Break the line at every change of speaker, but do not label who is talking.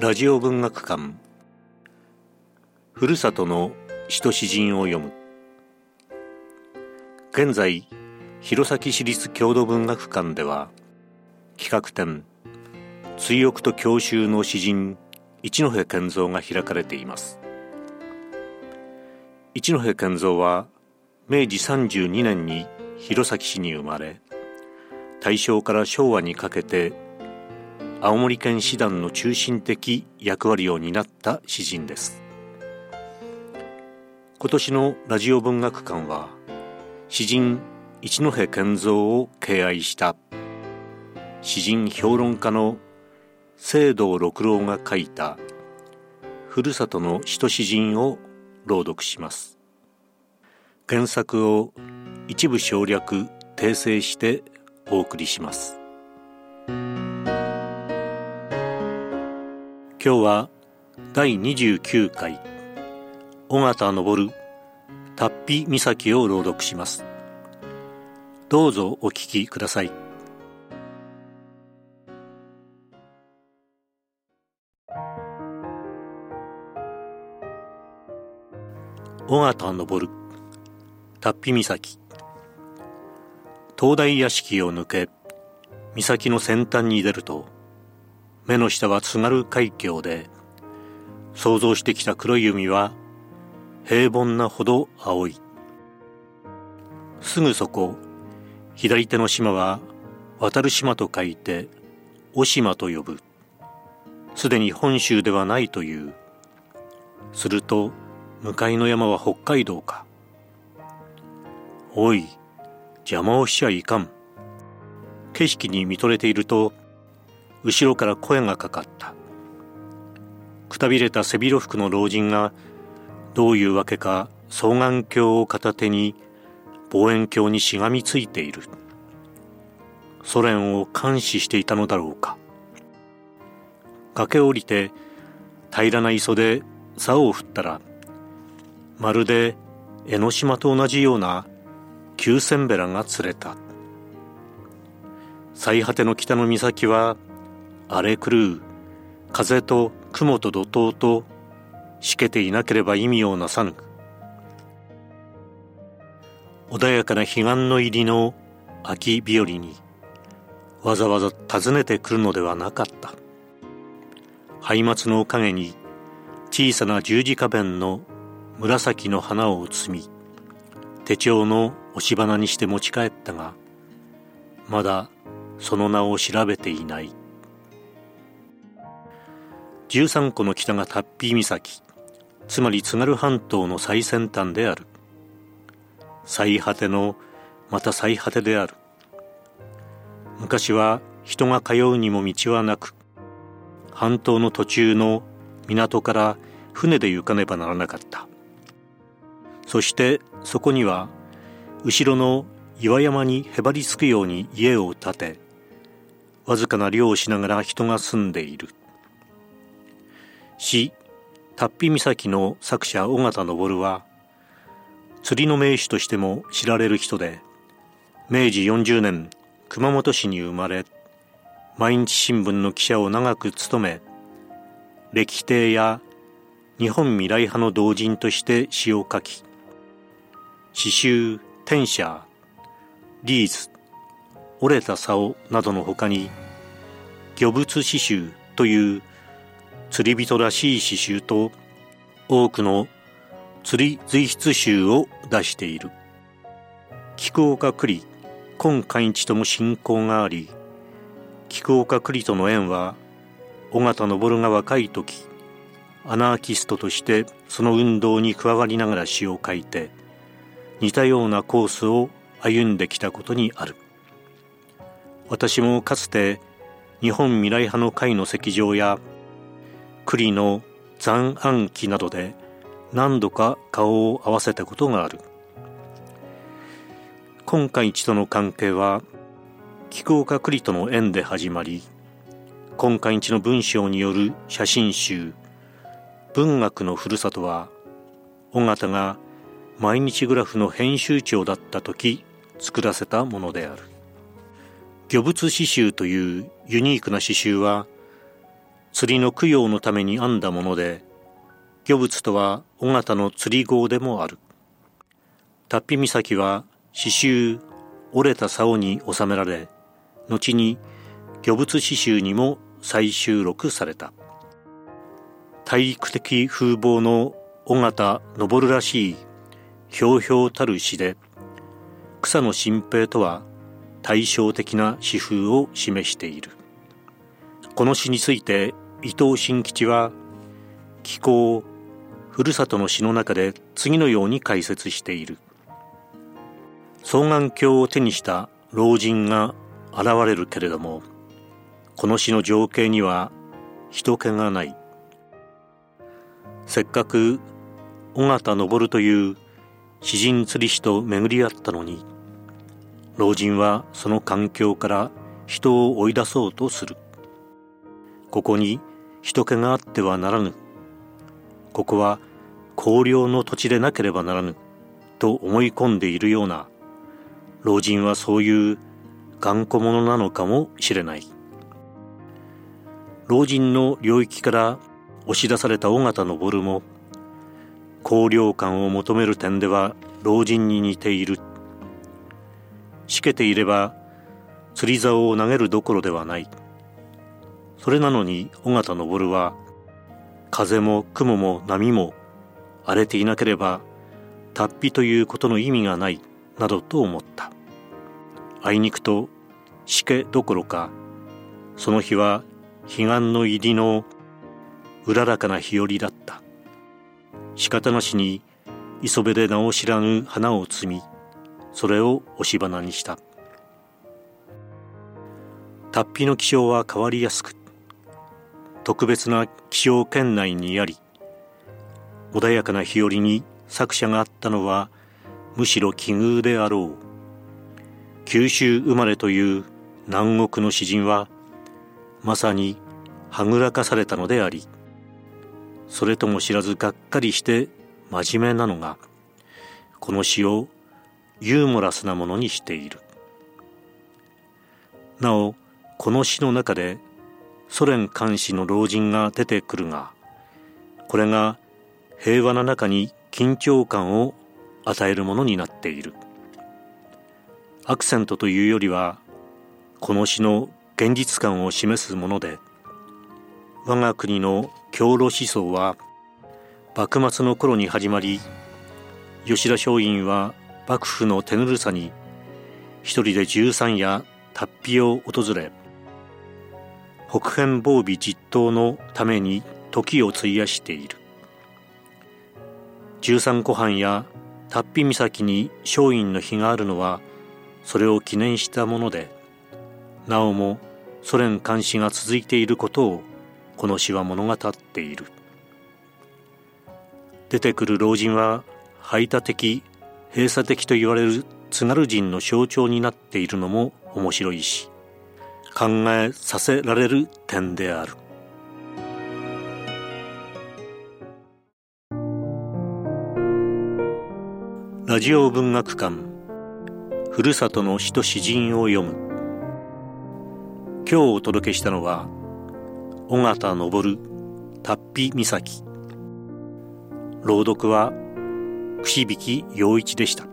ラジオ文学館、ふるさとの詩と詩人を読む。現在、弘前市立郷土文学館では企画展追憶と郷愁の詩人一戸建三が開かれています。一戸建三は明治32年に弘前市に生まれ、大正から昭和にかけて青森県詩壇の中心的役割を担った詩人です。今年のラジオ文学館は詩人一戸建三を敬愛した詩人評論家の清道六郎が書いたふるさとの詩と詩人を朗読します。原作を一部省略訂正してお送りします。今日は第29回尾形昇龍飛岬を朗読します。どうぞお聞きください。尾形昇龍飛岬。灯台屋敷を抜け岬の先端に出ると、目の下は津軽海峡で、想像してきた黒い海は平凡なほど青い。すぐそこ、左手の島は渡る島と書いてお島と呼ぶ。すでに本州ではないという。すると向かいの山は北海道か。おい、邪魔をしちゃいかん。景色に見とれていると後ろから声がかかった。くたびれた背広服の老人がどういうわけか双眼鏡を片手に望遠鏡にしがみついている。ソ連を監視していたのだろうか。崖を降りて平らな磯で竿を振ったら、まるで江ノ島と同じような九千べらが釣れた。最果ての北の岬は荒れ狂う風と雲と怒涛としけていなければ意味をなさぬ。穏やかな彼岸の入りの秋日和にわざわざ訪ねてくるのではなかった。ハ松の陰に小さな十字架弁の紫の花を摘み、手帳の押し花にして持ち帰ったが、まだその名を調べていない。13個の北が飛岬、つまり津軽半島の最先端である。最果てのまた最果てである。昔は人が通うにも道はなく、半島の途中の港から船で行かねばならなかった。そしてそこには後ろの岩山にへばりつくように家を建て、わずかな漁をしながら人が住んでいる。詩飛岬の作者尾形昇龍は釣りの名手としても知られる人で、明治40年熊本市に生まれ、毎日新聞の記者を長く務め、歴帝や日本未来派の同人として詩を書き、詩集天社、リーズ、折れた竿などのほかに、漁物詩集という釣り人らしい詩集と多くの釣り随筆集を出している。菊岡栗、今寛一とも親交があり、菊岡栗との縁は尾形昇龍が若い時、アナーキストとしてその運動に加わりながら詩を書いて、似たようなコースを歩んできたことにある。私もかつて日本未来派の会の席上や栗の残暗記などで何度か顔を合わせたことがある。今回一との関係は菊岡栗との縁で始まり、今回一の文章による写真集文学のふるさとは、尾形が毎日グラフの編集長だった時作らせたものである。漁物詩集というユニークな詩集は、 釣りの供養のために編んだもので、魚仏とは尾形の釣り号でもある。龍飛岬は詩集折れた竿に収められ、後に魚仏詩集にも再収録された。大陸的風貌の尾形昇らしいひょうひょうたる詩で、草野新平とは対照的な詩風を示している。この詩について伊藤新吉は紀行ふるさとの詩の中で次のように解説している。双眼鏡を手にした老人が現れるけれども、この詩の情景には人気がない。せっかく尾形昇という詩人釣り師と巡り合ったのに、老人はその環境から人を追い出そうとする。ここに人気があってはならぬ。ここは荒涼の土地でなければならぬと思い込んでいるような、老人はそういう頑固者なのかもしれない。老人の領域から押し出された尾形昇も、荒涼感を求める点では老人に似ている。しけていれば釣り竿を投げるどころではない。それなのに尾形昇は、風も雲も波も荒れていなければ龍飛ということの意味がないなどと思った。あいにくとしけどころか、その日は彼岸の入りのうららかな日和だった。仕方なしに磯辺で名を知らぬ花を摘み、それを押し花にした。龍飛の気象は変わりやすく、特別な気象圏内にあり、穏やかな日和に作者があったのはむしろ奇遇であろう。九州生まれという南国の詩人はまさにはぐらかされたのであり、それとも知らずがっかりして真面目なのが、この詩をユーモラスなものにしている。なお、この詩の中でソ連監視の老人が出てくるが、これが平和な中に緊張感を与えるものになっている。アクセントというよりは、この詩の現実感を示すもので、我が国の郷土思想は幕末の頃に始まり、吉田松陰は幕府の手ぬるさに一人で十三夜龍飛を訪れ、北辺防備実党のために時を費やしている。十三湖畔や龍飛岬に松陰の碑があるのはそれを記念したもので、なおもソ連監視が続いていることをこの詩は物語っている。出てくる老人は排他的、閉鎖的と言われる津軽人の象徴になっているのも面白いし、考えさせられる点である。ラジオ文学館、ふるさとの詩と詩人を読む。今日お届けしたのは尾形昇龍飛岬。朗読は串引陽一でした。